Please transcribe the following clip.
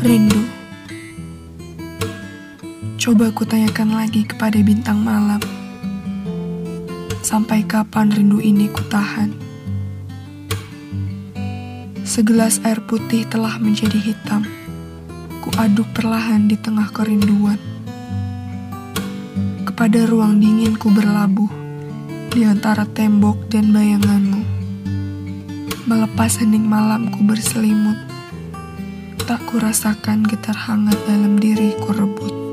Rindu. Coba kutanyakan lagi kepada bintang malam, sampai kapan rindu ini kutahan? Segelas air putih telah menjadi hitam, kuaduk perlahan di tengah kerinduan. Kepada ruang dingin ku berlabuh, di antara tembok dan bayanganmu. Melepas hening malamku berselimut, tak kurasakan getar hangat dalam diriku rebut.